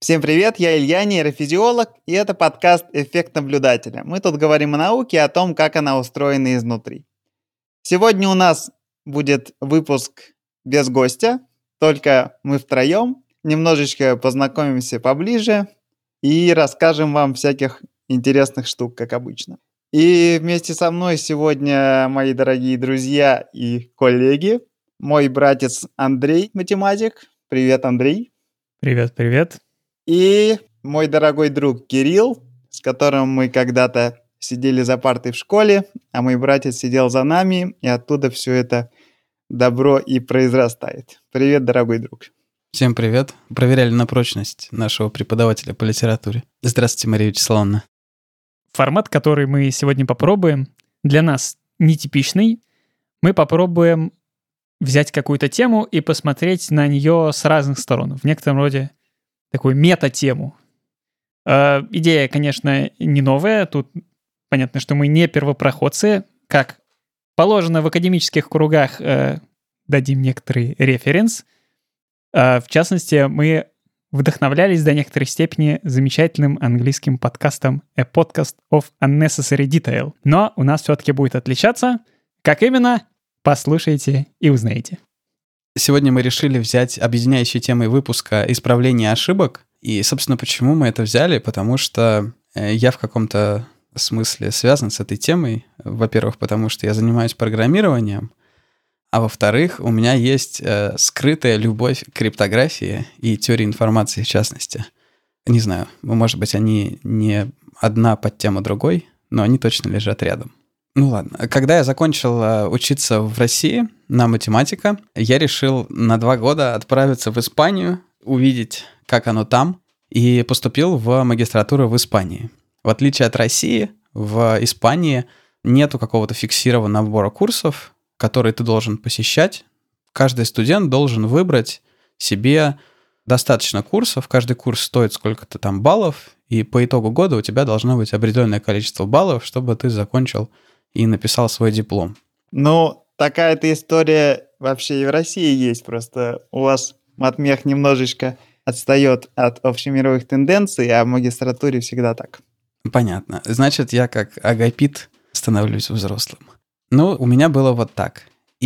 Всем привет, я Илья, нейрофизиолог, и это подкаст «Эффект наблюдателя». Мы тут говорим о науке и о том, как она устроена изнутри. Сегодня у нас будет выпуск без гостя, только мы втроем. Немножечко познакомимся поближе и расскажем вам всяких интересных штук, как обычно. И вместе со мной сегодня мои дорогие друзья и коллеги. Мой братец Андрей, математик. Привет, Андрей. Привет. И мой дорогой друг Кирилл, с которым мы когда-то сидели за партой в школе, а мой братец сидел за нами, и оттуда все это добро и произрастает. Привет, дорогой друг. Всем привет. Проверяли на прочность нашего преподавателя по литературе. Здравствуйте, Мария Вячеславовна. Формат, который мы сегодня попробуем, для нас нетипичный. Мы попробуем взять какую-то тему и посмотреть на нее с разных сторон, в некотором роде такую мета-тему. Идея, конечно, не новая. Тут понятно, что мы не первопроходцы. Как положено в академических кругах, дадим некоторый референс. В частности, мы вдохновлялись до некоторой степени замечательным английским подкастом A Podcast of Unnecessary Detail. Но у нас все-таки будет отличаться. Как именно? Послушайте и узнаете. Сегодня мы решили взять объединяющей темой выпуска исправление ошибок. И, собственно, почему мы это взяли? Потому что я в каком-то смысле связан с этой темой. Во-первых, потому что я занимаюсь программированием. А во-вторых, у меня есть скрытая любовь к криптографии и теории информации в частности. Не знаю, может быть, они не одна под тему другой, но они точно лежат рядом. Ну ладно. Когда я закончил учиться в России на математика, я решил на 2 года отправиться в Испанию, увидеть, как оно там, и поступил в магистратуру в Испании. В отличие от России, в Испании нету какого-то фиксированного набора курсов, которые ты должен посещать. Каждый студент должен выбрать себе достаточно курсов. Каждый курс стоит сколько-то там баллов, и по итогу года у тебя должно быть определенное количество баллов, чтобы ты закончил и написал свой диплом. Ну, такая-то история вообще и в России есть. Просто у вас матмех немножечко отстает от общемировых тенденций, а в магистратуре всегда так. Понятно. Значит, я как агапит становлюсь взрослым. Ну, у меня было вот так.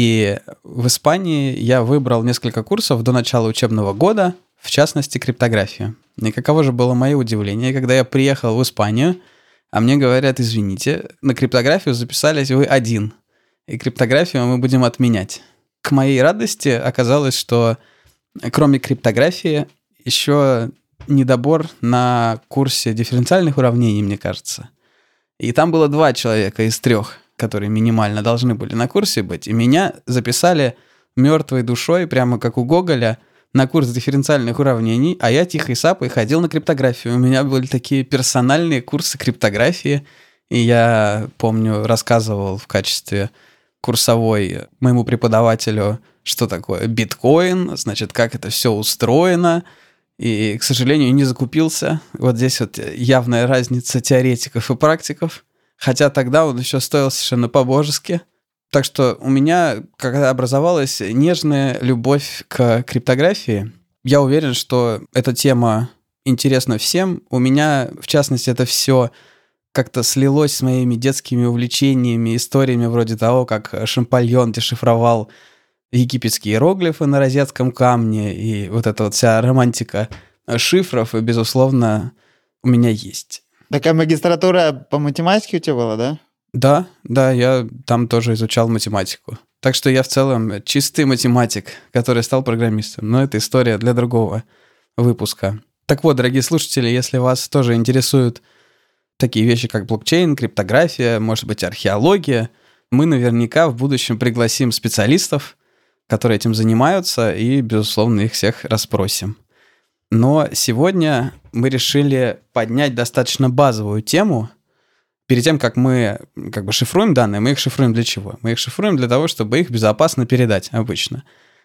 И в Испании я выбрал несколько курсов до начала учебного года, в частности, криптографию. И каково же было мое удивление, когда я приехал в Испанию, а мне говорят: извините, на криптографию записались вы один, и криптографию мы будем отменять. К моей радости оказалось, что кроме криптографии еще недобор на курсе дифференциальных уравнений, мне кажется. И там было 2 человека из 3, которые минимально должны были на курсе быть, и меня записали мертвой душой, прямо как у Гоголя, на курс дифференциальных уравнений, а я тихой сапой ходил на криптографию. У меня были такие персональные курсы криптографии, и я, помню, рассказывал в качестве курсовой моему преподавателю, что такое биткоин, значит, как это все устроено, и, к сожалению, не закупился. Вот здесь вот явная разница теоретиков и практиков, хотя тогда он еще стоил совершенно по-божески. Так что у меня, когда образовалась нежная любовь к криптографии, я уверен, что эта тема интересна всем. У меня, в частности, это все как-то слилось с моими детскими увлечениями, историями вроде того, как Шампольон дешифровал египетские иероглифы на розетском камне, и вот эта вот вся романтика шифров, и, безусловно, у меня есть. Такая магистратура по математике у тебя была, да? Да, я там тоже изучал математику. Так что я в целом чистый математик, который стал программистом. Но это история для другого выпуска. Так вот, дорогие слушатели, если вас тоже интересуют такие вещи, как блокчейн, криптография, может быть, археология, мы наверняка в будущем пригласим специалистов, которые этим занимаются, и, безусловно, их всех расспросим. Но сегодня мы решили поднять достаточно базовую тему. Перед тем, как мы шифруем данные, мы их шифруем для чего? Мы их шифруем для того, чтобы их безопасно передать обычно.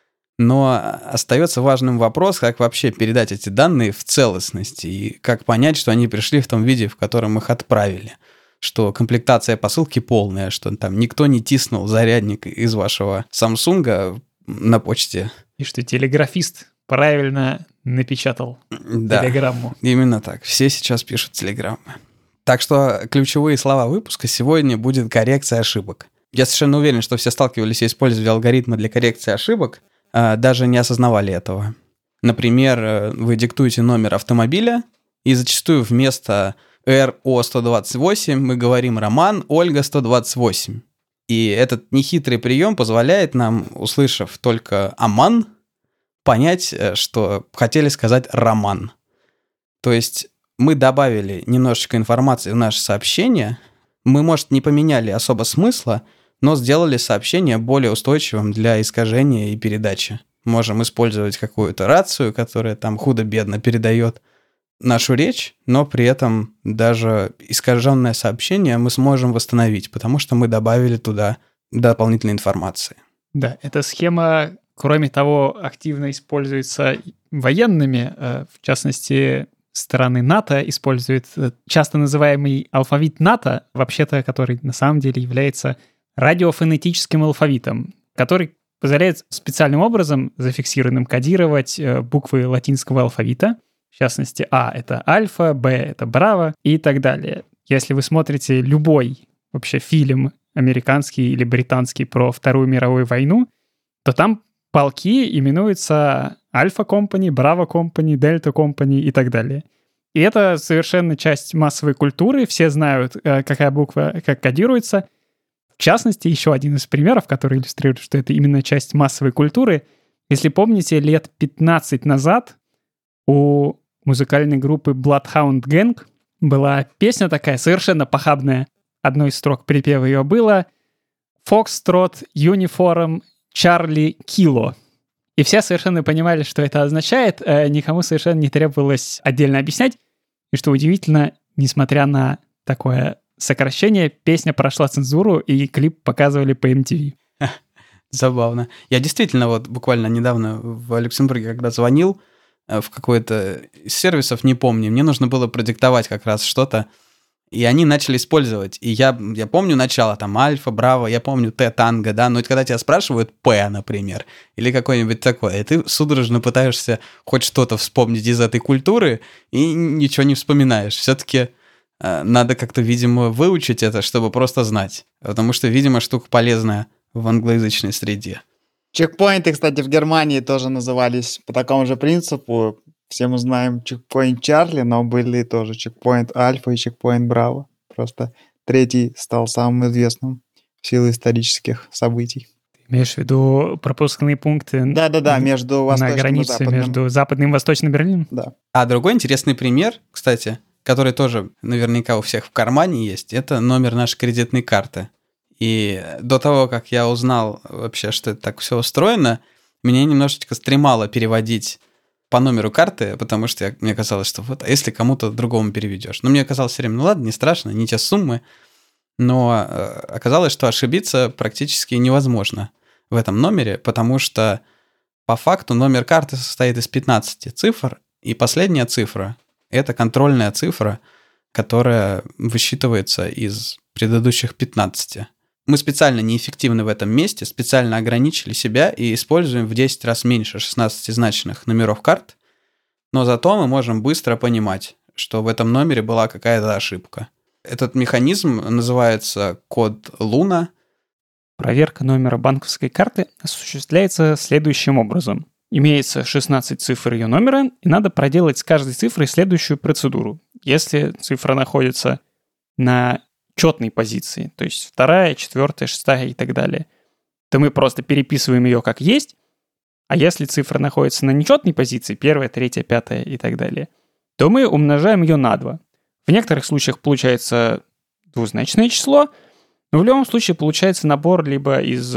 Но остается важным вопрос, как вообще передать эти данные в целостности и как понять, что они пришли в том виде, в котором их отправили. Что комплектация посылки полная, что там никто не тиснул зарядник из вашего Samsung на почте. И что телеграфист правильно напечатал Да, телеграмму. именно так. Все сейчас пишут телеграммы. Так что ключевые слова выпуска сегодня будет коррекция ошибок. Я совершенно уверен, что все сталкивались и использовали алгоритмы для коррекции ошибок, даже не осознавали этого. Например, вы диктуете номер автомобиля, и зачастую вместо РО-128 мы говорим «Роман, Ольга, 128». И этот нехитрый прием позволяет нам, услышав только «Аман», понять, что хотели сказать «Роман». То есть мы добавили немножечко информации в наше сообщение, мы, может, не поменяли особо смысла, но сделали сообщение более устойчивым для искажения и передачи. Можем использовать какую-то рацию, которая там худо-бедно передает нашу речь, но при этом даже искаженное сообщение мы сможем восстановить, потому что мы добавили туда дополнительной информации. Да, эта схема, кроме того, активно используется военными, в частности, страны НАТО используют часто называемый алфавит НАТО, вообще-то который на самом деле является радиофонетическим алфавитом, который позволяет специальным образом зафиксированным кодировать буквы латинского алфавита. В частности, А — это альфа, Б — это браво и так далее. Если вы смотрите любой вообще фильм американский или британский про Вторую мировую войну, то там полки именуются Альфа Компани, Браво Компани, Дельта Компани и так далее. И это совершенно часть массовой культуры, все знают, какая буква как кодируется. В частности, еще один из примеров, который иллюстрирует, что это именно часть массовой культуры. Если помните, лет 15 назад у музыкальной группы Bloodhound Gang была песня такая совершенно похабная. Одной из строк припева ее было «Foxtrot Uniform Charlie Kilo». И все совершенно понимали, что это означает, никому совершенно не требовалось отдельно объяснять. И что удивительно, несмотря на такое сокращение, песня прошла цензуру, и клип показывали по MTV. Забавно. Я действительно вот буквально недавно в Люксембурге, когда звонил в какой-то из сервисов, не помню, мне нужно было продиктовать как раз что-то, и они начали использовать. И я помню начало, там, альфа, браво, я помню Т, танго, да, но когда тебя спрашивают П, например, или какое-нибудь такое, и ты судорожно пытаешься хоть что-то вспомнить из этой культуры, и ничего не вспоминаешь. Все-таки надо как-то, видимо, выучить это, чтобы просто знать. Потому что, видимо, штука полезная в англоязычной среде. Чекпоинты, кстати, в Германии тоже назывались по такому же принципу. Все мы знаем чекпоинт Чарли, но были тоже чекпоинт Альфа и чекпоинт Браво. Просто третий стал самым известным в силу исторических событий. Имеешь в виду пропускные пункты? Да, между восточным на границе и западным. между западным и восточным Берлином? Да. А другой интересный пример, кстати, который тоже наверняка у всех в кармане есть, это номер нашей кредитной карты. И до того, как я узнал вообще, что это так все устроено, меня немножечко стремало переводить по номеру карты, потому что мне казалось, что вот, а если кому-то другому переведешь? Но мне казалось все время, ну ладно, не страшно, не те суммы, но оказалось, что ошибиться практически невозможно в этом номере, потому что по факту номер карты состоит из 15 цифр, и последняя цифра — это контрольная цифра, которая высчитывается из предыдущих 15. Мы специально неэффективны в этом месте, специально ограничили себя и используем в 10 раз меньше 16-значных номеров карт, но зато мы можем быстро понимать, что в этом номере была какая-то ошибка. Этот механизм называется код Луна. Проверка номера банковской карты осуществляется следующим образом. Имеется 16 цифр ее номера, и надо проделать с каждой цифрой следующую процедуру. Если цифра находится на четной позиции, то есть 2, 4, 6 и так далее, то мы просто переписываем ее как есть, а если цифра находится на нечетной позиции, 1, 3, 5 и так далее, то мы умножаем ее на 2. В некоторых случаях получается двузначное число, но в любом случае получается набор либо из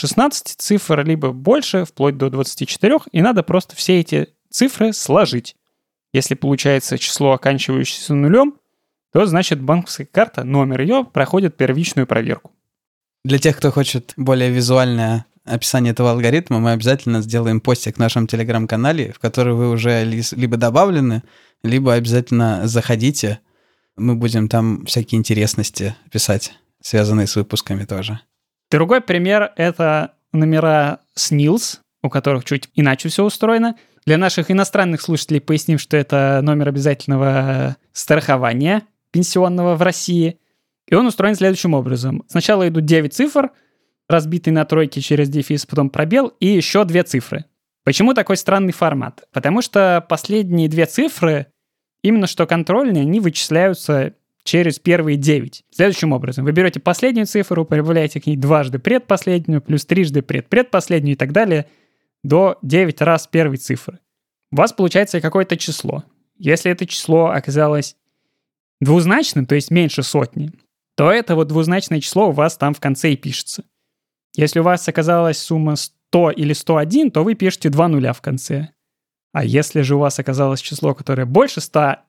16 цифр, либо больше, вплоть до 24, и надо просто все эти цифры сложить. Если получается число, оканчивающееся нулем, то значит банковская карта, номер ее, проходит первичную проверку. Для тех, кто хочет более визуальное описание этого алгоритма, мы обязательно сделаем постик в нашем телеграм-канале, в который вы уже либо добавлены, либо обязательно заходите. Мы будем там всякие интересности писать, связанные с выпусками тоже. Другой пример — это номера СНИЛС, у которых чуть иначе все устроено. Для наших иностранных слушателей поясним, что это номер обязательного страхования пенсионного в России. И он устроен следующим образом. Сначала идут 9 цифр, разбитые на тройки через дефис, потом пробел, и еще 2 цифры. Почему такой странный формат? Потому что последние 2 цифры, именно что контрольные, они вычисляются через первые 9. Следующим образом. Вы берете последнюю цифру, прибавляете к ней дважды предпоследнюю, плюс трижды предпоследнюю и так далее, до 9 раз первой цифры. У вас получается какое-то число. Если это число оказалось двузначным, то есть меньше сотни, то это вот двузначное число у вас там в конце и пишется. Если у вас оказалась сумма 100 или 101, то вы пишете 2 нуля в конце. А если же у вас оказалось число, которое больше 101,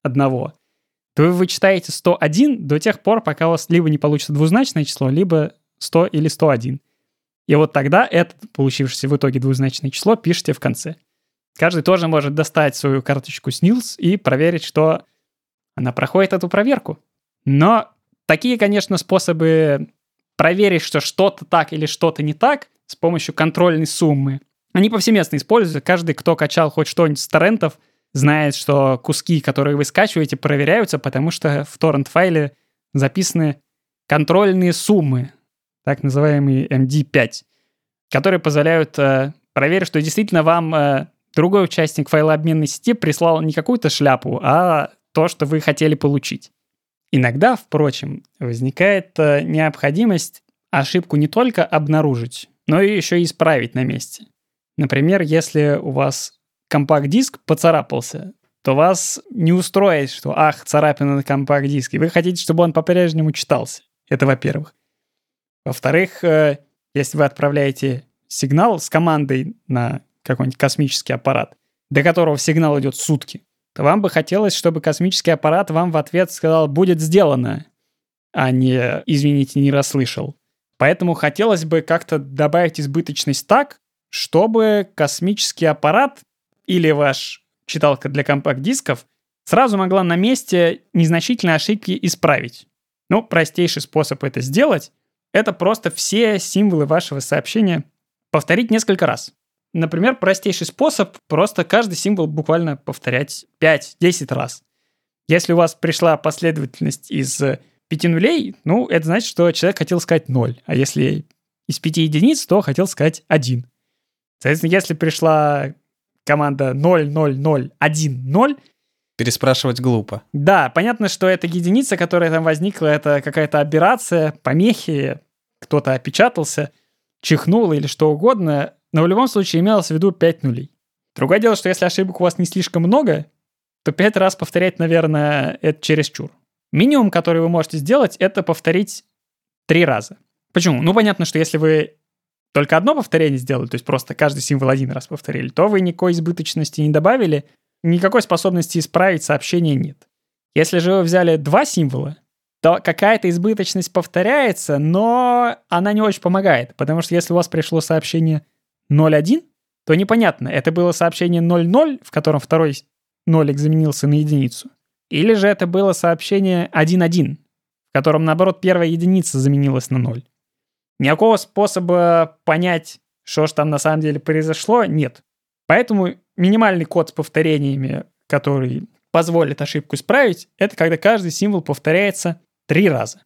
то вы вычитаете 101 до тех пор, пока у вас либо не получится двузначное число, либо 100 или 101. И вот тогда это, получившееся в итоге двузначное число, пишите в конце. Каждый тоже может достать свою карточку СНИЛС и проверить, что она проходит эту проверку. Но такие, конечно, способы проверить, что что-то так или что-то не так с помощью контрольной суммы, они повсеместно используются. Каждый, кто качал хоть что-нибудь с торрентов, знает, что куски, которые вы скачиваете, проверяются, потому что в торрент-файле записаны контрольные суммы, так называемые MD5, которые позволяют проверить, что действительно вам другой участник файлообменной сети прислал не какую-то шляпу, а то, что вы хотели получить. Иногда, впрочем, возникает необходимость ошибку не только обнаружить, но и еще и исправить на месте. Например, если у вас компакт-диск поцарапался, то вас не устроит, что «ах, царапина на компакт-диске». Вы хотите, чтобы он по-прежнему читался. Это во-первых. Во-вторых, если вы отправляете сигнал с командой на какой-нибудь космический аппарат, до которого сигнал идет сутки, то вам бы хотелось, чтобы космический аппарат вам в ответ сказал «будет сделано», а не «извините, не расслышал». Поэтому хотелось бы как-то добавить избыточность так, чтобы космический аппарат или ваш читалка для компакт-дисков сразу могла на месте незначительные ошибки исправить. Ну, простейший способ это сделать — это просто все символы вашего сообщения повторить несколько раз. Например, простейший способ — просто каждый символ буквально повторять 5-10 раз. Если у вас пришла последовательность из 5 нулей, ну, это значит, что человек хотел сказать 0. А если из 5 единиц, то хотел сказать 1. Соответственно, если пришла команда 00010, переспрашивать глупо. Да, понятно, что эта единица, которая там возникла, это какая-то аберрация, помехи, кто-то опечатался, чихнул или что угодно, но в любом случае имелось в виду 5 нулей. Другое дело, что если ошибок у вас не слишком много, то 5 раз повторять, наверное, это чересчур. Минимум, который вы можете сделать, это повторить 3 раза. Почему? Ну, понятно, что если вы только одно повторение сделали, то есть просто каждый символ 1 раз повторили, то вы никакой избыточности не добавили, никакой способности исправить сообщение нет. Если же вы взяли 2 символа, то какая-то избыточность повторяется, но она не очень помогает, потому что если у вас пришло сообщение 0.1, то непонятно, это было сообщение 0.0, в котором второй нолик заменился на единицу, или же это было сообщение 1.1, в котором, наоборот, первая единица заменилась на 0. Никакого способа понять, что же там на самом деле произошло, нет. Поэтому минимальный код с повторениями, который позволит ошибку исправить, это когда каждый символ повторяется 3 раза.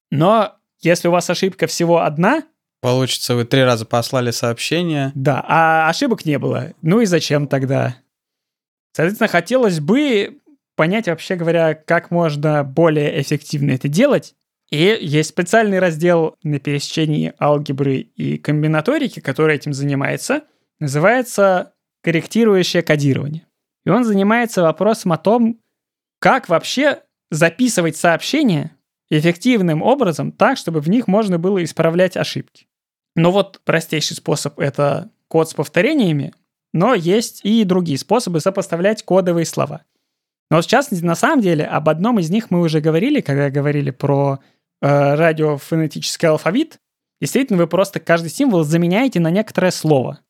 Но если у вас ошибка всего 1... Получится, вы 3 раза послали сообщение. Да, а ошибок не было. Ну и зачем тогда? Соответственно, хотелось бы понять, вообще говоря, как можно более эффективно это делать. И есть специальный раздел на пересечении алгебры и комбинаторики, который этим занимается. Называется «Корректирующее кодирование». И он занимается вопросом о том, как вообще записывать сообщения эффективным образом так, чтобы в них можно было исправлять ошибки. Но вот простейший способ — это код с повторениями, но есть и другие способы сопоставлять кодовые слова. Но в частности, на самом деле, об одном из них мы уже говорили, когда говорили про радиофонетический алфавит. Действительно, вы просто каждый символ заменяете на некоторое слово.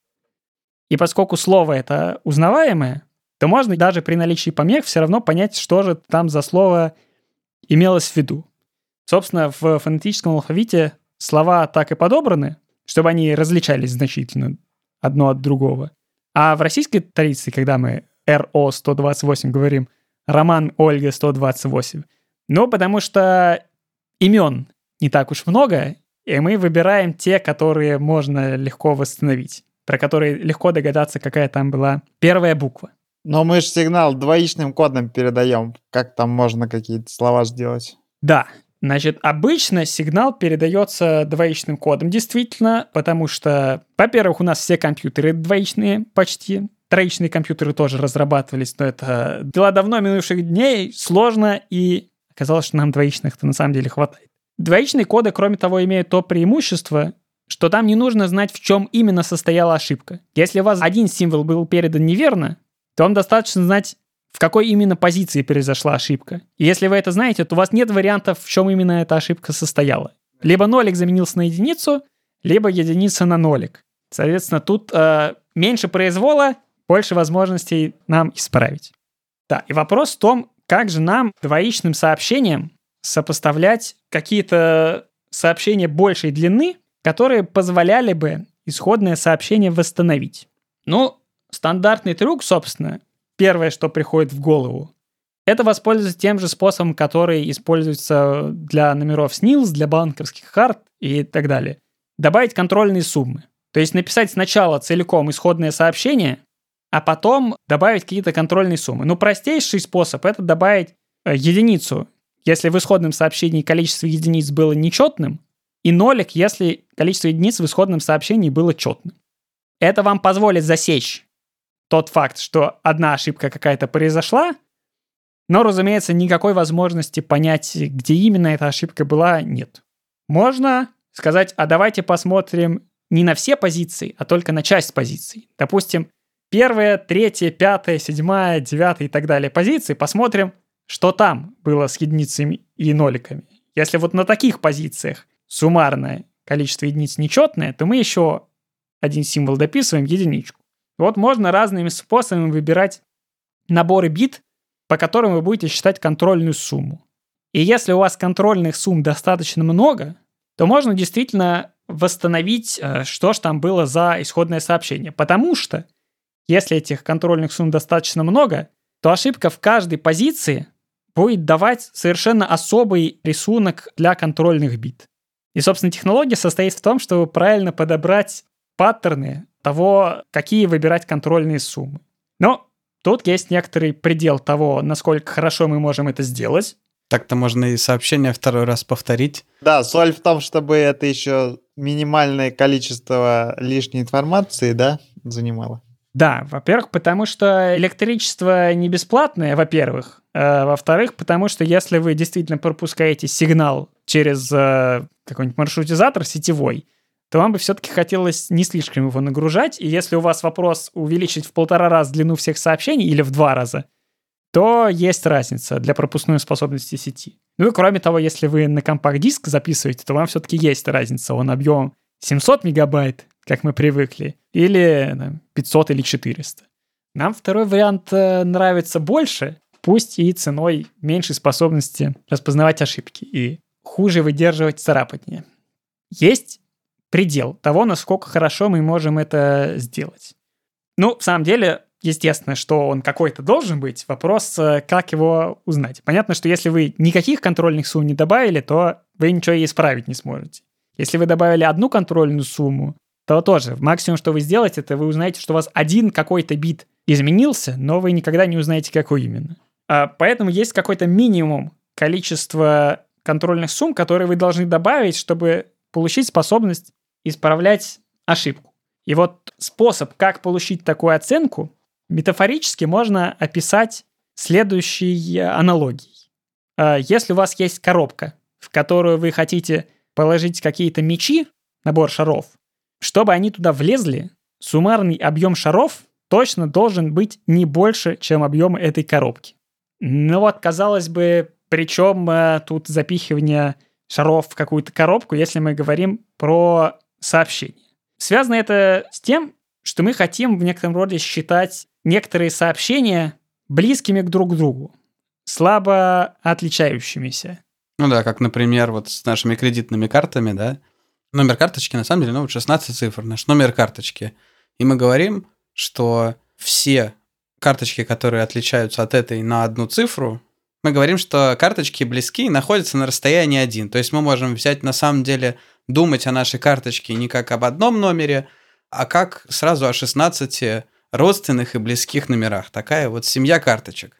И поскольку слово это узнаваемое, то можно даже при наличии помех все равно понять, что же там за слово имелось в виду. Собственно, в фонетическом алфавите слова так и подобраны, чтобы они различались значительно одно от другого. А в российской традиции, когда мы РО 128 говорим, Роман, Ольга 128, потому что имен не так уж много, и мы выбираем те, которые можно легко восстановить, про которые легко догадаться, какая там была первая буква. Но мы же сигнал двоичным кодом передаем. Как там можно какие-то слова сделать? Да, значит, обычно сигнал передается двоичным кодом, действительно, потому что, во-первых, у нас все компьютеры двоичные почти, троичные компьютеры тоже разрабатывались, но это дела давно минувших дней, сложно, и оказалось, что нам двоичных-то на самом деле хватает. Двоичные коды, кроме того, имеют то преимущество, что там не нужно знать, в чем именно состояла ошибка. Если у вас один символ был передан неверно, то вам достаточно знать, в какой именно позиции произошла ошибка. И если вы это знаете, то у вас нет вариантов, в чем именно эта ошибка состояла. Либо нолик заменился на единицу, либо единица на нолик. Соответственно, тут меньше произвола, больше возможностей нам исправить. Да, и вопрос в том, как же нам двоичным сообщением сопоставлять какие-то сообщения большей длины, которые позволяли бы исходное сообщение восстановить. Стандартный трюк, собственно, первое, что приходит в голову, это воспользоваться тем же способом, который используется для номеров СНИЛС, для банковских карт и так далее. Добавить контрольные суммы. То есть написать сначала целиком исходное сообщение, а потом добавить какие-то контрольные суммы. Простейший способ – это добавить единицу, если в исходном сообщении количество единиц было нечетным, и нолик, если количество единиц в исходном сообщении было четным. Это вам позволит засечь тот факт, что одна ошибка какая-то произошла, но, разумеется, никакой возможности понять, где именно эта ошибка была, нет. Можно сказать, а давайте посмотрим не на все позиции, а только на часть позиций. Допустим, 1, 3, 5, 7, 9 и так далее позиции, посмотрим, что там было с единицами и ноликами. Если вот на таких позициях суммарное количество единиц нечетное, то мы еще один символ дописываем, единичку. Вот можно разными способами выбирать наборы бит, по которым вы будете считать контрольную сумму. И если у вас контрольных сумм достаточно много, то можно действительно восстановить, что же там было за исходное сообщение. Потому что если этих контрольных сумм достаточно много, то ошибка в каждой позиции будет давать совершенно особый рисунок для контрольных бит. И, собственно, технология состоит в том, чтобы правильно подобрать паттерны того, какие выбирать контрольные суммы. Но тут есть некоторый предел того, насколько хорошо мы можем это сделать. Так-то можно и сообщение второй раз повторить. Да, соль в том, чтобы это еще минимальное количество лишней информации, да, занимало. Да, во-первых, потому что электричество не бесплатное, во-первых. Во-вторых, потому что если вы действительно пропускаете сигнал через какой-нибудь маршрутизатор сетевой, то вам бы все-таки хотелось не слишком его нагружать. И если у вас вопрос увеличить в 1,5 раза длину всех сообщений или в 2 раза, то есть разница для пропускной способности сети. И кроме того, если вы на компакт-диск записываете, то вам все-таки есть разница. Он объемом 700 мегабайт, как мы привыкли, или 500 или 400. Нам второй вариант нравится больше, пусть и ценой меньшей способности распознавать ошибки и хуже выдерживать царапания. Есть предел того, насколько хорошо мы можем это сделать. В самом деле, естественно, что он какой-то должен быть. Вопрос, как его узнать. Понятно, что если вы никаких контрольных сумм не добавили, то вы ничего и исправить не сможете. Если вы добавили одну контрольную сумму, то тоже максимум, что вы сделаете, это вы узнаете, что у вас один какой-то бит изменился, но вы никогда не узнаете, какой именно. Поэтому есть какой-то минимум количества контрольных сумм, которые вы должны добавить, чтобы получить способность исправлять ошибку. И вот способ, как получить такую оценку, метафорически можно описать следующей аналогией. Если у вас есть коробка, в которую вы хотите положить какие-то мячи, набор шаров, чтобы они туда влезли, суммарный объем шаров точно должен быть не больше, чем объем этой коробки. Казалось бы, причем тут запихивание шаров в какую-то коробку, если мы говорим про сообщение. Связано это с тем, что мы хотим в некотором роде считать некоторые сообщения близкими друг к другу, слабо отличающимися. Как, например, вот с нашими кредитными картами, да? Номер карточки, на самом деле, 16 цифр, наш номер карточки. И мы говорим, что все карточки, которые отличаются от этой на одну цифру, мы говорим, что карточки близки и находятся на расстоянии 1. То есть мы можем взять, на самом деле, думать о нашей карточке не как об одном номере, а как сразу о 16 родственных и близких номерах. Такая вот семья карточек.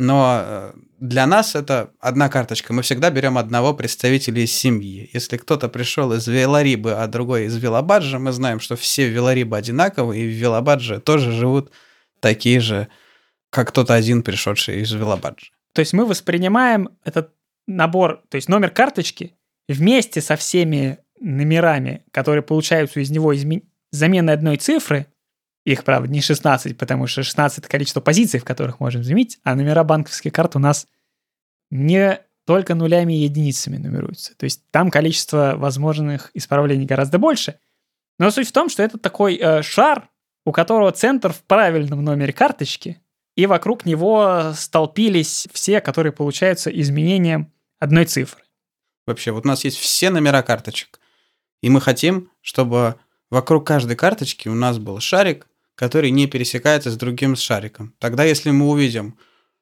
Но для нас это одна карточка. Мы всегда берем одного представителя из семьи. Если кто-то пришел из Веларибы, а другой из Велабаджа, мы знаем, что все Веларибы одинаковые, и в Велабадже тоже живут такие же, как тот один, пришедший из Велабаджа. То есть мы воспринимаем этот набор, то есть номер карточки вместе со всеми номерами, которые получаются из него заменой одной цифры. Их, правда, не 16, потому что 16 – это количество позиций, в которых можем заменить, а номера банковских карт у нас не только нулями и единицами нумеруются. То есть там количество возможных исправлений гораздо больше. Но суть в том, что это такой шар, у которого центр в правильном номере карточки, и вокруг него столпились все, которые получаются изменением одной цифры. Вообще, вот у нас есть все номера карточек, и мы хотим, чтобы вокруг каждой карточки у нас был шарик, который не пересекается с другим шариком. Тогда, если мы увидим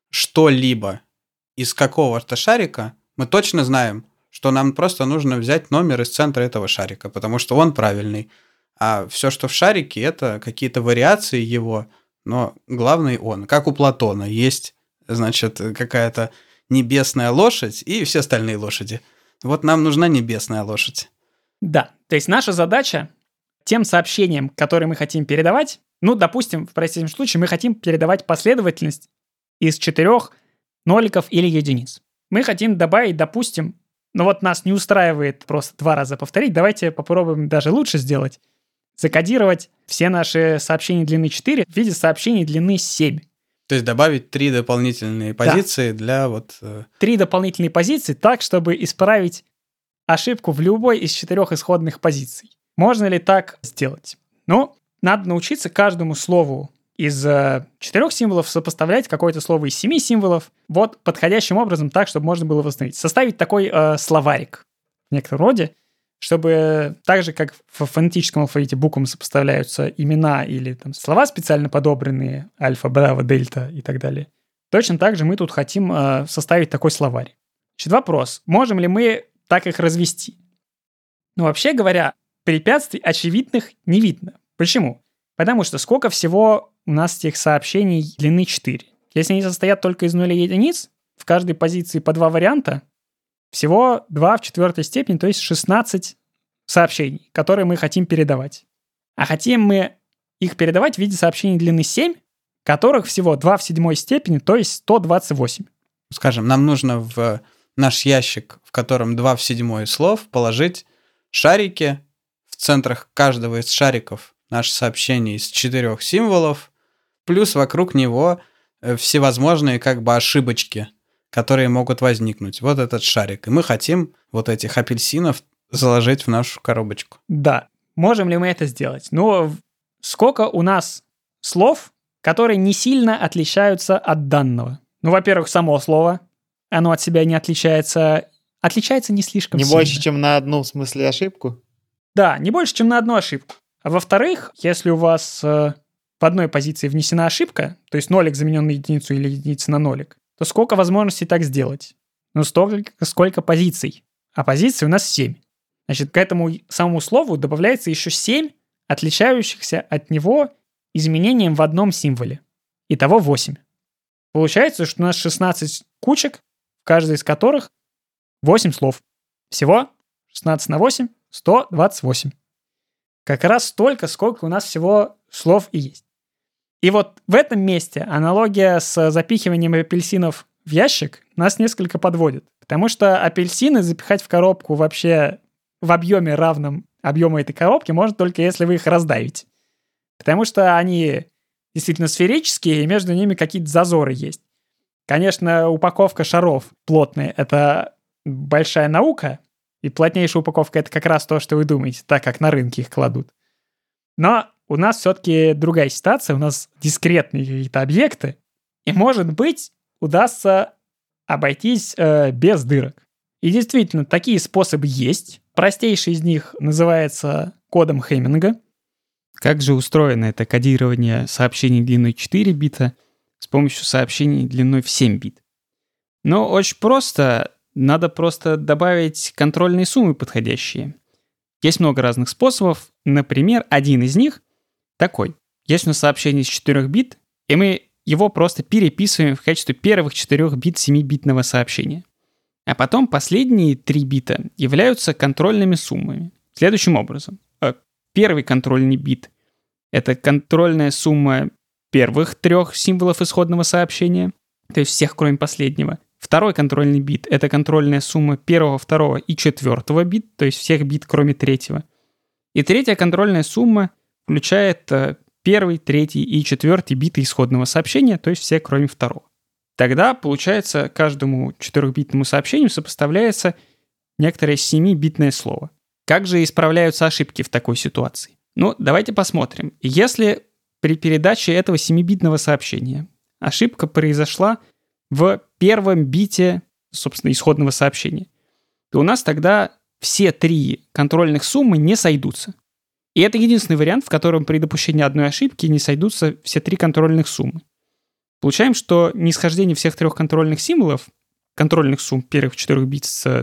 что-либо из какого-то шарика, мы точно знаем, что нам просто нужно взять номер из центра этого шарика, потому что он правильный. А все, что в шарике, это какие-то вариации его, но главный он. Как у Платона есть, значит, какая-то небесная лошадь и все остальные лошади. Вот нам нужна небесная лошадь. Да, то есть наша задача тем сообщениям, которые мы хотим передавать, допустим, в простейшем случае мы хотим передавать последовательность из 4 ноликов или единиц. Мы хотим добавить, допустим, нас не устраивает просто 2 раза повторить, давайте попробуем даже лучше сделать. Закодировать все наши сообщения длины 4 в виде сообщений длины 7. То есть добавить 3 дополнительные позиции для 3 дополнительные позиции так, чтобы исправить ошибку в любой из 4 исходных позиций. Можно ли так сделать? Надо научиться каждому слову из 4 символов сопоставлять какое-то слово из 7 символов подходящим образом так, чтобы можно было восстановить. Составить такой словарик в некотором роде, чтобы так же, как в фонетическом алфавите буквам сопоставляются имена или слова специально подобранные, альфа, браво, дельта и так далее, точно так же мы тут хотим составить такой словарь. Значит, вопрос, можем ли мы так их развести? Вообще говоря, препятствий очевидных не видно. Почему? Потому что сколько всего у нас этих сообщений длины 4? Если они состоят только из нулей и единиц, в каждой позиции по 2 варианта, всего 2 в 4 степени, то есть 16 сообщений, которые мы хотим передавать. А хотим мы их передавать в виде сообщений длины 7, которых всего 2 в 7 степени, то есть 128. Скажем, нам нужно в наш ящик, в котором 2 в 7 слов, положить шарики. В центрах каждого из шариков наше сообщение из 4 символов, плюс вокруг него всевозможные ошибочки, которые могут возникнуть. Вот этот шарик. И мы хотим этих апельсинов заложить в нашу коробочку. Да. Можем ли мы это сделать? Сколько у нас слов, которые не сильно отличаются от данного? Во-первых, само слово, оно от себя не отличается. Отличается не слишком сильно. Не больше, чем на одну, в смысле, ошибку? Да, не больше, чем на одну ошибку. А во-вторых, если у вас в одной позиции внесена ошибка, то есть нолик заменен на единицу или единица на нолик, то сколько возможностей так сделать? Столько, сколько позиций. А позиций у нас 7. Значит, к этому самому слову добавляется еще 7 отличающихся от него изменением в одном символе. Итого 8. Получается, что у нас 16 кучек, в каждой из которых 8 слов. Всего 16 на 8 – 128. Как раз столько, сколько у нас всего слов и есть. И в этом месте аналогия с запихиванием апельсинов в ящик нас несколько подводит. Потому что апельсины запихать в коробку вообще в объеме равном объему этой коробки можно только если вы их раздавите. Потому что они действительно сферические, и между ними какие-то зазоры есть. Конечно, упаковка шаров плотная – это большая наука, и плотнейшая упаковка – это как раз то, что вы думаете, так как на рынке их кладут. Но у нас все-таки другая ситуация, у нас дискретные какие-то объекты, и, может быть, удастся обойтись без дырок. И действительно, такие способы есть. Простейший из них называется кодом Хеминга. Как же устроено это кодирование сообщений длиной 4 бита с помощью сообщений длиной в 7 бит? Ну, очень просто. Надо просто добавить контрольные суммы подходящие. Есть много разных способов. Например, один из них такой. Есть у нас сообщение из 4 бит, и мы его просто переписываем в качестве первых 4 бит 7-битного сообщения. А потом последние 3 бита являются контрольными суммами. Следующим образом. Первый контрольный бит — это контрольная сумма первых 3 символов исходного сообщения, то есть всех, кроме последнего. Второй контрольный бит — это контрольная сумма первого, второго и 4 бит, то есть всех бит, кроме 3. И третья контрольная сумма включает 1, 3 и 4 биты исходного сообщения, то есть все, кроме 2. Тогда, получается, каждому 4-битному сообщению сопоставляется некоторое 7-битное слово. Как же исправляются ошибки в такой ситуации? Ну, давайте посмотрим. Если при передаче этого 7-битного сообщения ошибка произошла в первом бите, собственно, исходного сообщения, то у нас тогда все 3 контрольных суммы не сойдутся. И это единственный вариант, в котором при допущении одной ошибки не сойдутся все 3 контрольных суммы. Получаем, что нисхождение всех 3 контрольных символов, контрольных сумм первых 4 бит с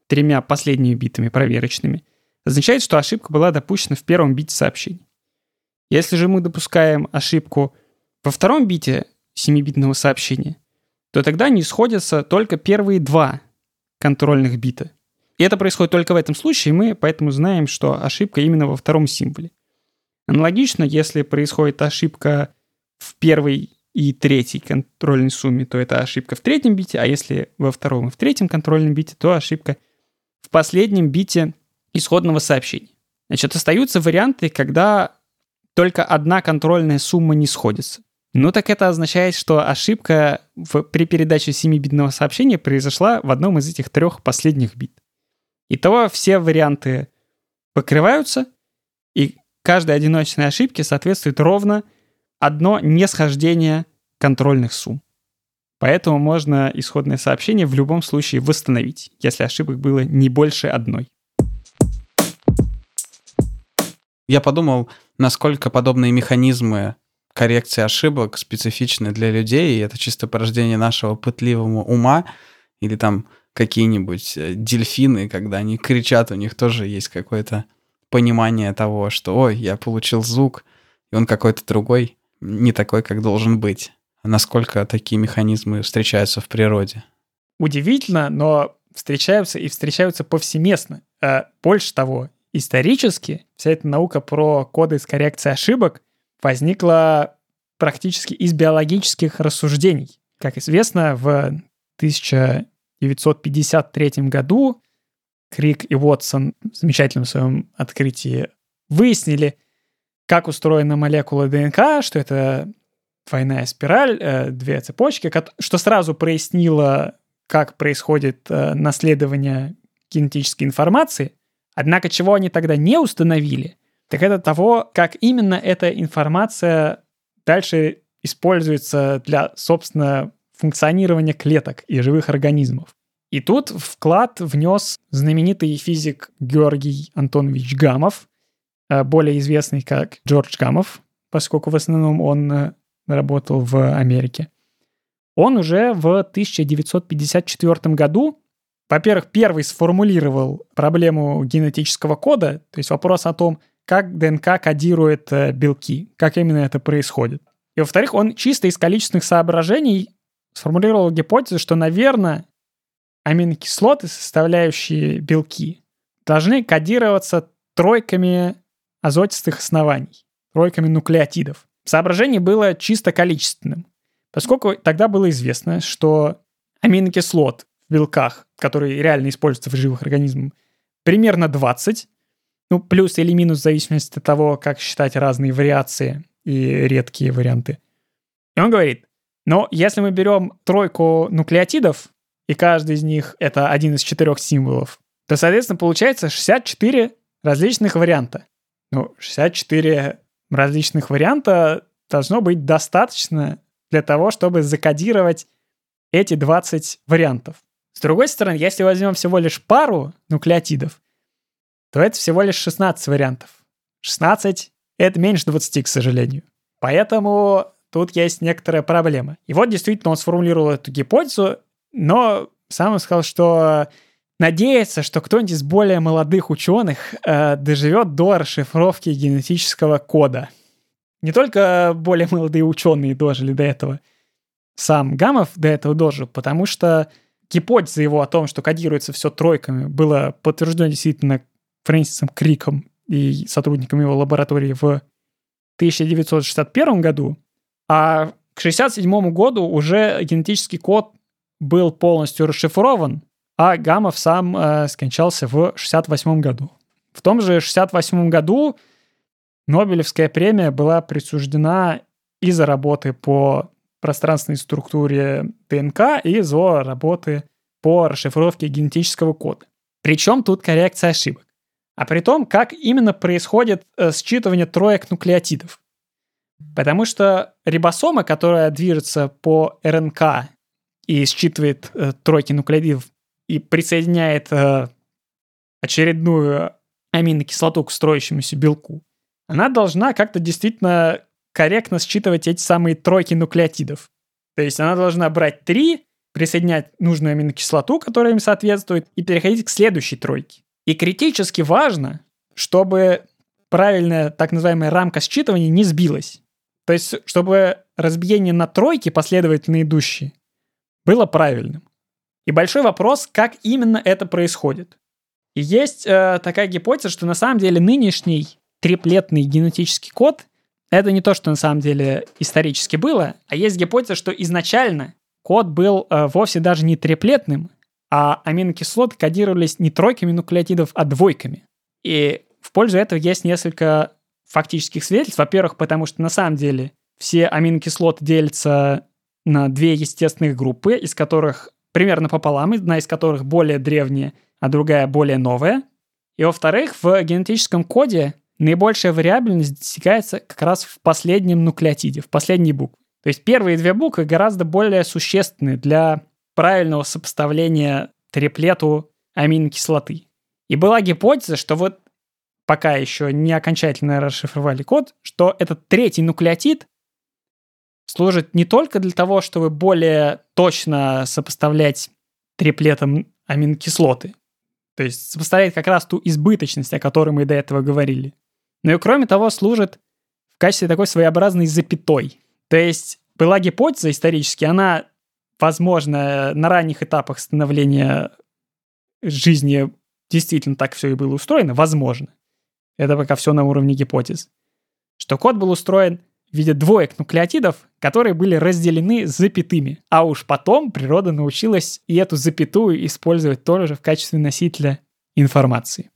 3 последними битами проверочными, означает, что ошибка была допущена в первом бите сообщения. Если же мы допускаем ошибку во втором бите 7-битного сообщения, то тогда не сходятся только первые 2 контрольных бита. И это происходит только в этом случае, и мы поэтому знаем, что ошибка именно во втором символе. Аналогично, если происходит ошибка в первой и 3 контрольной сумме, то это ошибка в 3 бите, а если во втором и в 3 контрольном бите, то ошибка в последнем бите исходного сообщения. Значит, остаются варианты, когда только одна контрольная сумма не сходится. Ну так это означает, что ошибка при передаче 7-битного сообщения произошла в одном из этих 3 последних бит. Итого все варианты покрываются, и каждой одиночной ошибке соответствует ровно одно несхождение контрольных сумм. Поэтому можно исходное сообщение в любом случае восстановить, если ошибок было не больше одной. Я подумал, насколько подобные механизмы коррекции ошибок специфичны для людей, и это чисто порождение нашего пытливого ума, или там какие-нибудь дельфины, когда они кричат, у них тоже есть какое-то понимание того, что «Ой, я получил звук, и он какой-то другой, не такой, как должен быть». Насколько такие механизмы встречаются в природе? Удивительно, но встречаются и встречаются повсеместно. Больше того, исторически вся эта наука про коды с коррекцией ошибок возникла практически из биологических рассуждений. Как известно, в 1953 году Крик и Уотсон в замечательном своем открытии выяснили, как устроена молекула ДНК, что это двойная спираль, 2 цепочки, что сразу прояснило, как происходит наследование генетической информации. Однако чего они тогда не установили, так это того, как именно эта информация дальше используется для, собственно, функционирования клеток и живых организмов. И тут вклад внес знаменитый физик Георгий Антонович Гамов, более известный как Джордж Гамов, поскольку в основном он работал в Америке. Он уже в 1954 году, во-первых, первый сформулировал проблему генетического кода, то есть вопрос о том, как ДНК кодирует белки, как именно это происходит. И, во-вторых, он чисто из количественных соображений сформулировал гипотезу, что, наверное, аминокислоты, составляющие белки, должны кодироваться 3 азотистых оснований, 3 нуклеотидов. Соображение было чисто количественным, поскольку тогда было известно, что аминокислот в белках, которые реально используются в живых организмах, примерно 20, ну, плюс или минус в зависимости от того, как считать разные вариации и редкие варианты. И он говорит, но если мы берем 3 нуклеотидов, и каждый из них это один из 4 символов, то, соответственно, получается 64 различных варианта. Ну, 64 различных варианта должно быть достаточно для того, чтобы закодировать эти 20 вариантов. С другой стороны, если возьмем всего лишь пару нуклеотидов, то это всего лишь 16 вариантов. 16 Это меньше 20, к сожалению. Поэтому тут есть некоторая проблема. И вот действительно он сформулировал эту гипотезу, но сам он сказал, что надеется, что кто-нибудь из более молодых ученых доживет до расшифровки генетического кода. Не только более молодые ученые дожили до этого, сам Гамов до этого дожил, потому что гипотеза его о том, что кодируется все тройками, была подтверждена действительно Фрэнсисом Криком и сотрудниками его лаборатории в 1961 году, а к 1967 году уже генетический код был полностью расшифрован, а Гамов сам скончался в 1968 году. В том же 1968 году Нобелевская премия была присуждена и за работы по пространственной структуре ДНК, и за работы по расшифровке генетического кода. Причем тут коррекция ошибок. А при том, как именно происходит считывание троек нуклеотидов. Потому что рибосома, которая движется по РНК и считывает тройки нуклеотидов и присоединяет очередную аминокислоту к строящемуся белку, она должна как-то действительно корректно считывать эти самые тройки нуклеотидов. То есть она должна брать 3, присоединять нужную аминокислоту, которая им соответствует, и переходить к следующей тройке. И критически важно, чтобы правильная так называемая рамка считывания не сбилась. То есть, чтобы разбиение на тройки, последовательно идущие, было правильным. И большой вопрос, как именно это происходит. И есть такая гипотеза, что на самом деле нынешний триплетный генетический код — это не то, что на самом деле исторически было, а есть гипотеза, что изначально код был вовсе даже не триплетным, а аминокислоты кодировались не тройками нуклеотидов, а двойками. И в пользу этого есть несколько фактических свидетельств. Во-первых, потому что на самом деле все аминокислоты делятся на 2 естественных группы, из которых примерно пополам, одна из которых более древняя, а другая более новая. И во-вторых, в генетическом коде наибольшая вариабельность достигается как раз в последнем нуклеотиде, в последней букве. То есть первые 2 буквы гораздо более существенны для правильного сопоставления триплету аминокислоты. И была гипотеза, что вот пока еще не окончательно расшифровали код, что этот 3-й нуклеотид служит не только для того, чтобы более точно сопоставлять триплетом аминокислоты, то есть сопоставлять как раз ту избыточность, о которой мы до этого говорили, но и кроме того служит в качестве такой своеобразной запятой. То есть была гипотеза исторически, она, возможно, на ранних этапах становления жизни действительно так все и было устроено, возможно. Это пока все на уровне гипотез. Что код был устроен в виде двоек нуклеотидов, которые были разделены запятыми. А уж потом природа научилась и эту запятую использовать тоже в качестве носителя информации.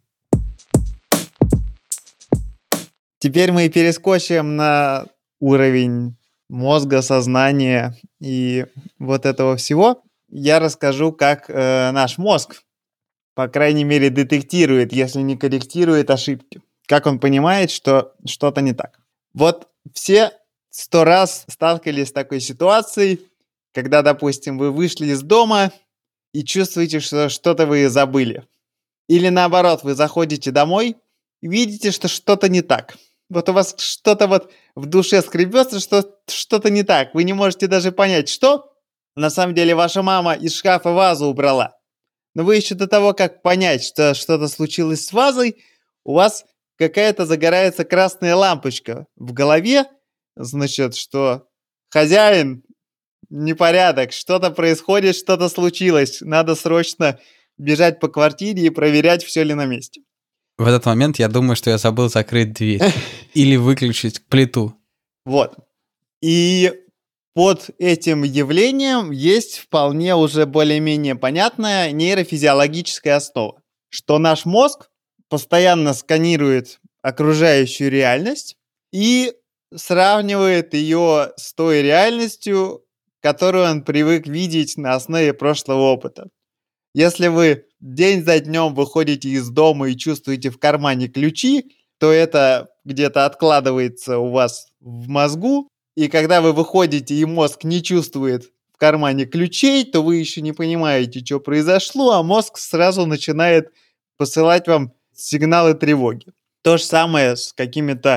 Теперь мы перескочим на уровень мозга, сознания и вот этого всего. Я расскажу, как наш мозг, по крайней мере, детектирует, если не корректирует ошибки. Как он понимает, что что-то не так. Вот все 100 раз сталкивались с такой ситуацией, когда, допустим, вы вышли из дома и чувствуете, что что-то вы забыли. Или наоборот, вы заходите домой и видите, что что-то не так. Вот у вас что-то вот в душе скребется, что что-то не так. Вы не можете даже понять, что. На самом деле ваша мама из шкафа вазу убрала. Но вы еще до того, как понять, что что-то случилось с вазой, у вас какая-то загорается красная лампочка в голове, значит, что хозяин, непорядок, что-то происходит, что-то случилось, надо срочно бежать по квартире и проверять, все ли на месте. В этот момент я думаю, что я забыл закрыть дверь или выключить плиту. Вот. И под этим явлением есть вполне уже более-менее понятная нейрофизиологическая основа, что наш мозг постоянно сканирует окружающую реальность и сравнивает ее с той реальностью, которую он привык видеть на основе прошлого опыта. Если вы день за днем выходите из дома и чувствуете в кармане ключи, то это где-то откладывается у вас в мозгу, и когда вы выходите и мозг не чувствует в кармане ключей, то вы еще не понимаете, что произошло, а мозг сразу начинает посылать вам сигналы тревоги. То же самое с какими-то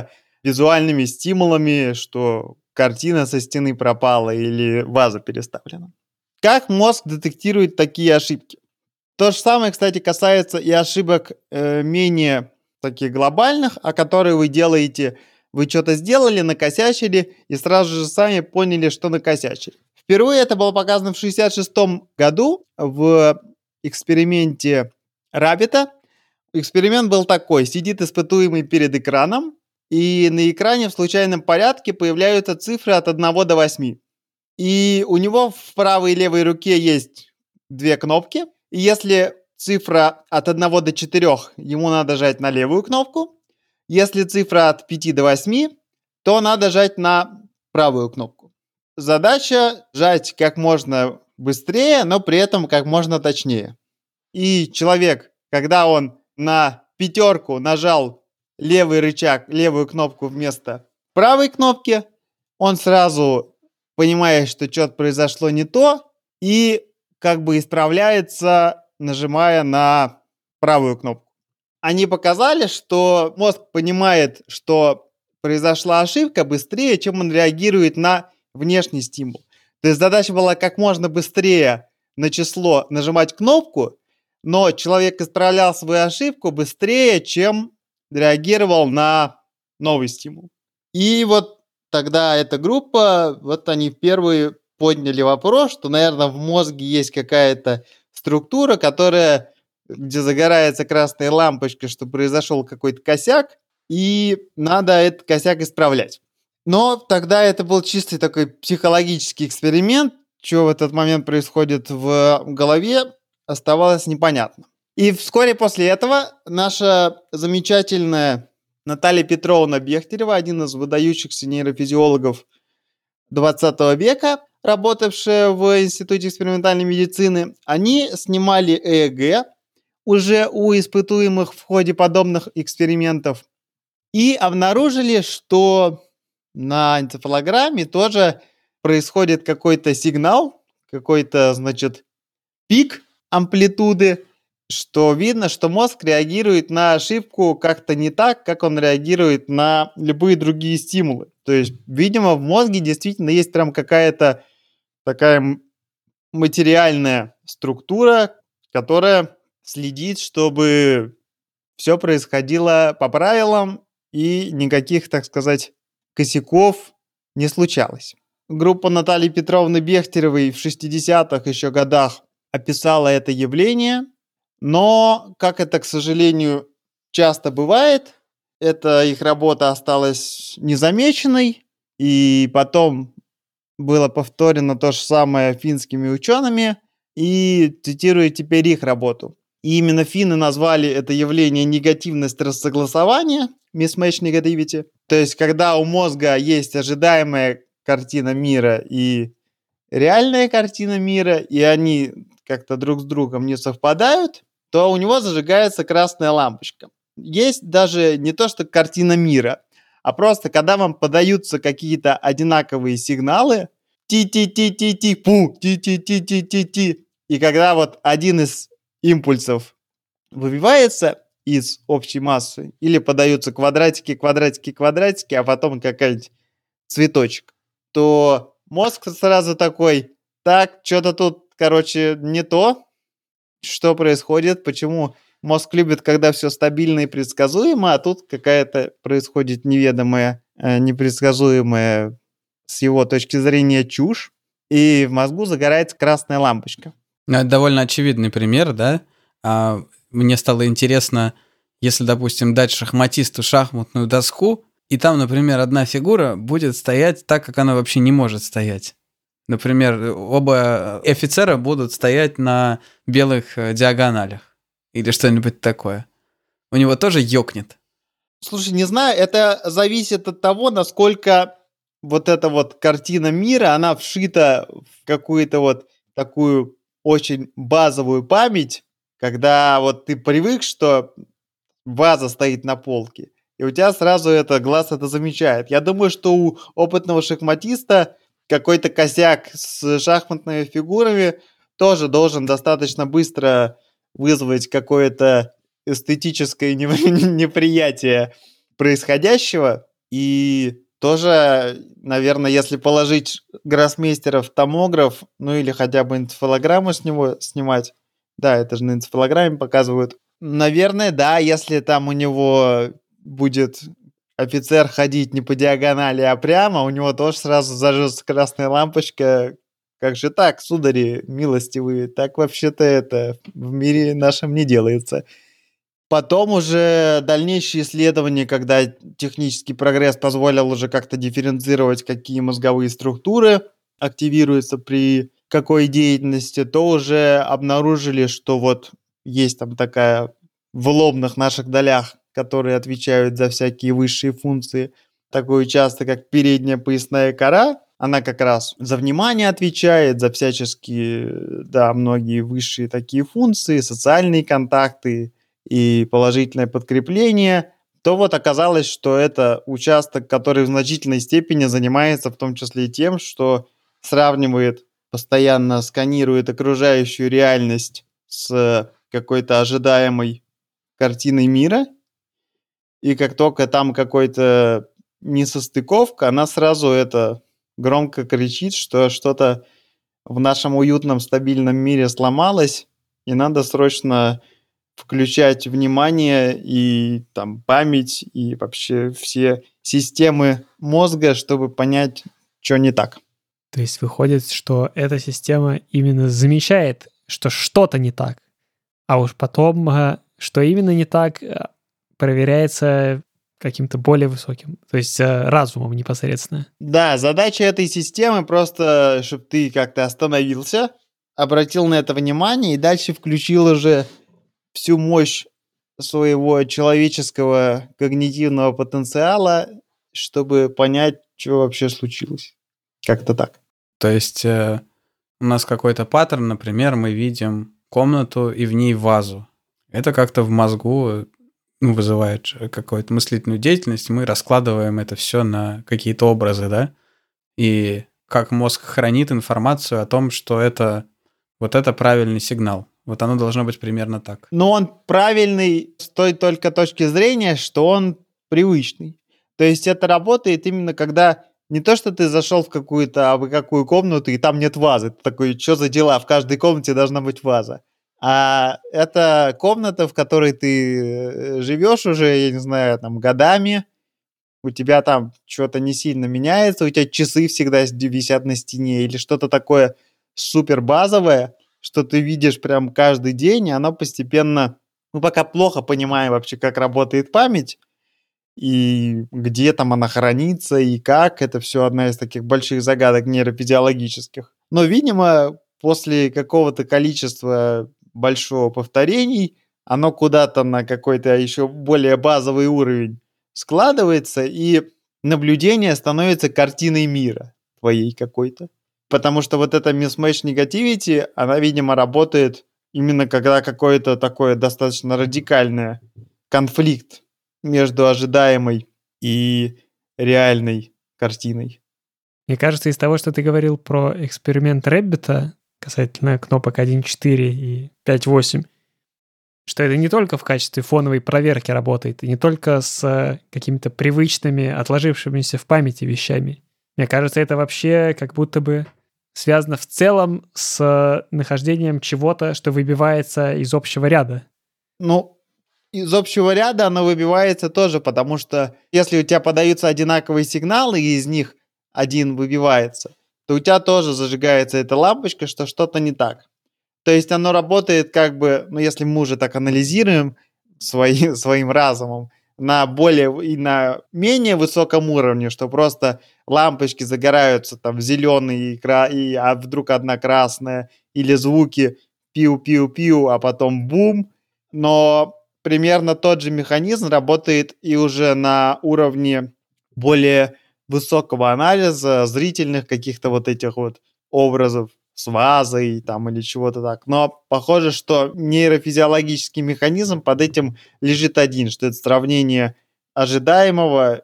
визуальными стимулами, что картина со стены пропала или ваза переставлена. Как мозг детектирует такие ошибки? То же самое, кстати, касается и ошибок менее таких глобальных, о которых вы делаете. Вы что-то сделали, накосячили, и сразу же сами поняли, что накосячили. Впервые это было показано в 1966 году в эксперименте Раббита. Эксперимент был такой. Сидит испытуемый перед экраном, и на экране в случайном порядке появляются цифры от 1 до 8. И у него в правой и левой руке есть 2 кнопки. И если цифра от 1 до 4, ему надо жать на левую кнопку. Если цифра от 5 до 8, то надо жать на правую кнопку. Задача жать как можно быстрее, но при этом как можно точнее. И человек, когда он на 5 нажал левый рычаг, левую кнопку вместо правой кнопки, он сразу понимает, что что-то произошло не то, и как бы исправляется, нажимая на правую кнопку. Они показали, что мозг понимает, что произошла ошибка быстрее, чем он реагирует на внешний стимул. То есть задача была как можно быстрее на число нажимать кнопку, но человек исправлял свою ошибку быстрее, чем реагировал на новый стимул. И вот тогда эта группа, вот они впервые подняли вопрос, что, наверное, в мозге есть какая-то структура, где загорается красная лампочка, что произошел какой-то косяк, и надо этот косяк исправлять. Но тогда это был чистый такой психологический эксперимент, что в этот момент происходит в голове, оставалось непонятно. И вскоре после этого наша замечательная Наталья Петровна Бехтерева, один из выдающихся нейрофизиологов 20 века, работавшая в Институте экспериментальной медицины, они снимали ЭЭГ уже у испытуемых в ходе подобных экспериментов и обнаружили, что на энцефалограмме тоже происходит какой-то сигнал, какой-то, пик амплитуды, что видно, что мозг реагирует на ошибку как-то не так, как он реагирует на любые другие стимулы. То есть, видимо, в мозге действительно есть прям какая-то такая материальная структура, которая следит, чтобы все происходило по правилам и никаких, так сказать, косяков не случалось. Группа Натальи Петровны Бехтеревой в 60-х еще годах описала это явление, но, как это, к сожалению, часто бывает, эта их работа осталась незамеченной, и потом было повторено то же самое финскими учеными, и цитирую теперь их работу. И именно финны назвали это явление негативность рассогласования, mismatch negativity. То есть, когда у мозга есть ожидаемая картина мира и реальная картина мира, и они как-то друг с другом не совпадают, то у него зажигается красная лампочка. Есть даже не то, что картина мира, а просто когда вам подаются какие-то одинаковые сигналы, ти-ти-ти-ти-ти-пу, ти-ти-ти-ти-ти-ти, и когда вот один из импульсов выбивается из общей массы, или подаются квадратики, квадратики, квадратики, а потом какой-нибудь цветочек, то мозг сразу такой: так, что-то тут, не то, что происходит, почему мозг любит, когда все стабильно и предсказуемо, а тут какая-то происходит неведомая, непредсказуемая с его точки зрения чушь, и в мозгу загорается красная лампочка. Ну, это довольно очевидный пример, да? Мне стало интересно, если, допустим, дать шахматисту шахматную доску, и там, например, одна фигура будет стоять так, как она вообще не может стоять. Например, оба офицера будут стоять на белых диагоналях или что-нибудь такое. У него тоже ёкнет. Слушай, не знаю, это зависит от того, насколько вот эта вот картина мира, она вшита в какую-то вот такую очень базовую память, когда вот ты привык, что ваза стоит на полке, и у тебя сразу глаз это замечает. Я думаю, что у опытного шахматиста какой-то косяк с шахматными фигурами тоже должен достаточно быстро вызвать какое-то эстетическое неприятие происходящего, И тоже, наверное, если положить гроссмейстера в томограф, ну или хотя бы энцефалограмму с него снимать, да, это же на энцефалограмме показывают, наверное, да, если там у него будет офицер ходить не по диагонали, а прямо, у него тоже сразу зажжется красная лампочка. Как же так, судари милостивые, так вообще-то это в мире нашем не делается. Потом уже дальнейшие исследования, когда технический прогресс позволил уже как-то дифференцировать, какие мозговые структуры активируются при какой деятельности, то уже обнаружили, что вот есть там такая в лобных наших долях, которые отвечают за всякие высшие функции, такой участок, как передняя поясная кора, она как раз за внимание отвечает, за всяческие, да, многие высшие такие функции, социальные контакты и положительное подкрепление, то вот оказалось, что это участок, который в значительной степени занимается в том числе и тем, что сравнивает, постоянно сканирует окружающую реальность с какой-то ожидаемой картиной мира, и как только там какой-то несостыковка, она сразу это громко кричит, что что-то в нашем уютном стабильном мире сломалось, и надо срочно включать внимание и там память и вообще все системы мозга, чтобы понять, что не так. То есть выходит, что эта система именно замечает, что что-то не так, а уж потом, что именно не так, проверяется каким-то более высоким, то есть разумом непосредственно. Да, задача этой системы просто, чтобы ты как-то остановился, обратил на это внимание и дальше включил уже всю мощь своего человеческого когнитивного потенциала, чтобы понять, что вообще случилось. Как-то так. То есть у нас какой-то паттерн, например, мы видим комнату и в ней вазу. Это как-то в мозгу вызывает какую-то мыслительную деятельность, мы раскладываем это все на какие-то образы, да? И как мозг хранит информацию о том, что это вот это правильный сигнал. Вот оно должно быть примерно так. Но он правильный с той только точки зрения, что он привычный. То есть это работает именно когда не то, что ты зашел в какую-то абы какую комнату, и там нет вазы. Ты такой, что за дела? В каждой комнате должна быть ваза. А это комната, в которой ты живешь уже, я не знаю, там годами. У тебя там что-то не сильно меняется, у тебя часы всегда висят на стене или что-то такое супер базовое, что ты видишь прям каждый день, и оно постепенно... Мы пока плохо понимаем вообще, как работает память, и где там она хранится, и как. Это все одна из таких больших загадок нейрофизиологических. Но, видимо, после какого-то количества большого повторений, оно куда-то на какой-то еще более базовый уровень складывается, и наблюдение становится картиной мира твоей какой-то. Потому что вот эта mismatch negativity, она, видимо, работает именно когда какой-то такой достаточно радикальный конфликт между ожидаемой и реальной картиной. Мне кажется, из того, что ты говорил про эксперимент Рэббита касательно кнопок 1.4 и 5.8, что это не только в качестве фоновой проверки работает, и не только с какими-то привычными, отложившимися в памяти вещами. Мне кажется, это вообще как будто бы связано в целом с нахождением чего-то, что выбивается из общего ряда. Ну, из общего ряда оно выбивается тоже, потому что если у тебя подаются одинаковые сигналы, и из них один выбивается, то у тебя тоже зажигается эта лампочка, что что-то не так. То есть оно работает как бы, ну если мы уже так анализируем своим разумом, на более и на менее высоком уровне, что просто лампочки загораются там в зеленый, а вдруг одна красная, или звуки пиу-пиу-пиу, а потом бум. Но примерно тот же механизм работает и уже на уровне более высокого анализа зрительных каких-то вот этих вот образов с вазой там или чего-то так. Но похоже, что нейрофизиологический механизм под этим лежит один, что это сравнение ожидаемого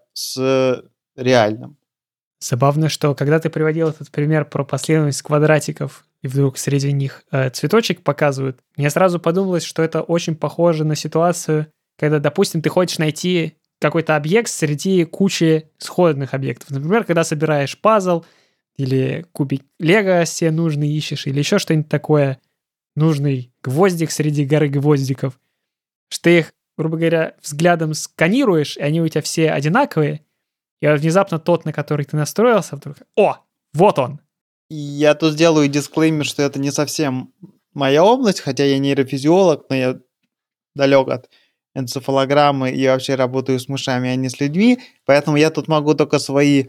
с реальным. Забавно, что когда ты приводил этот пример про последовательность квадратиков, и вдруг среди них цветочек показывают, мне сразу подумалось, что это очень похоже на ситуацию, когда, допустим, ты хочешь найти какой-то объект среди кучи сходных объектов. Например, когда собираешь пазл, или кубик лего себе нужный ищешь, или еще что-нибудь такое, нужный гвоздик среди горы гвоздиков, что ты их, грубо говоря, взглядом сканируешь, и они у тебя все одинаковые, и внезапно тот, на который ты настроился, вдруг, вот он. Я тут сделаю дисклеймер, что это не совсем моя область, хотя я нейрофизиолог, но я далек от энцефалограммы и вообще работаю с мышами, а не с людьми, поэтому я тут могу только свои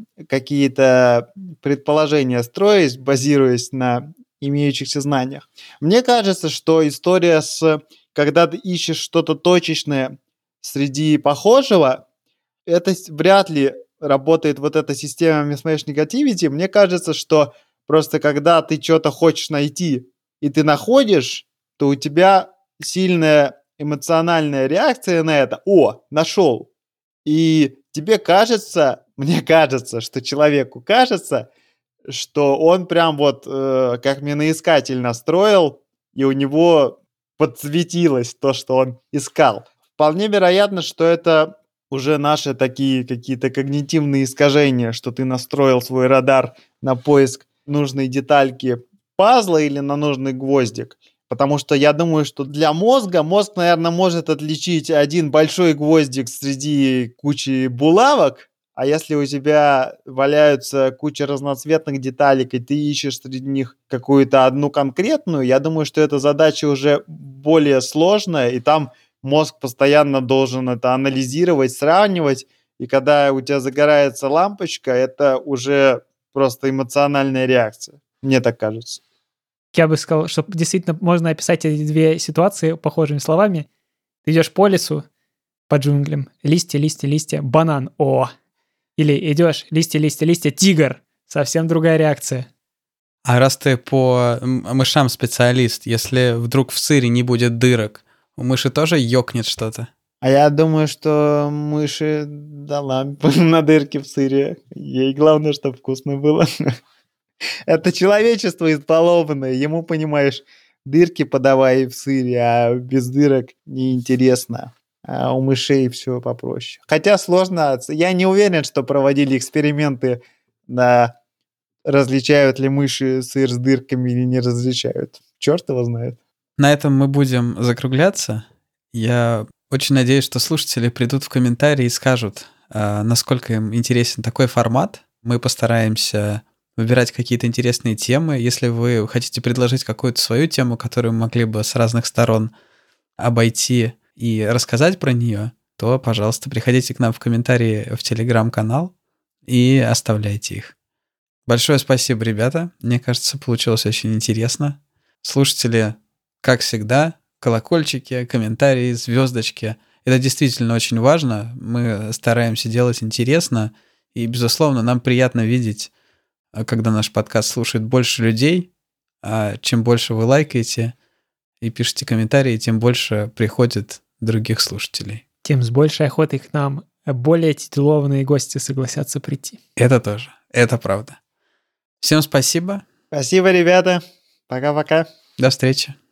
какие-то предположения строить, базируясь на имеющихся знаниях. Мне кажется, что история когда ты ищешь что-то точечное среди похожего, это вряд ли работает вот эта система mismatch negativity. Мне кажется, что просто когда ты что-то хочешь найти, и ты находишь, то у тебя сильная эмоциональная реакция на это. Нашел. И тебе кажется, мне кажется, что человеку кажется, что он прям как миноискатель настроил, и у него подсветилось то, что он искал. Вполне вероятно, что это уже наши такие какие-то когнитивные искажения, что ты настроил свой радар на поиск нужной детальки пазла или на нужный гвоздик. Потому что я думаю, что для мозг, наверное, может отличить один большой гвоздик среди кучи булавок, а если у тебя валяются куча разноцветных деталек, и ты ищешь среди них какую-то одну конкретную, я думаю, что эта задача уже более сложная, и там мозг постоянно должен это анализировать, сравнивать, и когда у тебя загорается лампочка, это уже просто эмоциональная реакция. Мне так кажется. Я бы сказал, что действительно можно описать эти две ситуации похожими словами. Ты идешь по лесу, по джунглям, листья, банан, Или идешь, листья, тигр. Совсем другая реакция. А раз ты по мышам специалист, если вдруг в сыре не будет дырок, у мыши тоже ёкнет что-то? А я думаю, что мыши дала на дырки в сыре. Ей главное, чтобы вкусно было. Это человечество избалованное. Ему, понимаешь, дырки подавай в сыре, а без дырок неинтересно. А у мышей все попроще. Хотя сложно. Я не уверен, что проводили эксперименты на различают ли мыши сыр с дырками или не различают. Черт его знает. На этом мы будем закругляться. Я очень надеюсь, что слушатели придут в комментарии и скажут, насколько им интересен такой формат. Мы постараемся выбирать какие-то интересные темы. Если вы хотите предложить какую-то свою тему, которую мы могли бы с разных сторон обойти и рассказать про нее, то, пожалуйста, приходите к нам в комментарии в Telegram-канал и оставляйте их. Большое спасибо, ребята. Мне кажется, получилось очень интересно. Слушатели, как всегда, колокольчики, комментарии, звездочки. Это действительно очень важно. Мы стараемся делать интересно. И, безусловно, нам приятно видеть, когда наш подкаст слушает больше людей. А чем больше вы лайкаете и пишете комментарии, тем больше приходит других слушателей. Тем с большей охотой к нам более титулованные гости согласятся прийти. Это тоже. Это правда. Всем спасибо. Спасибо, ребята. Пока-пока. До встречи.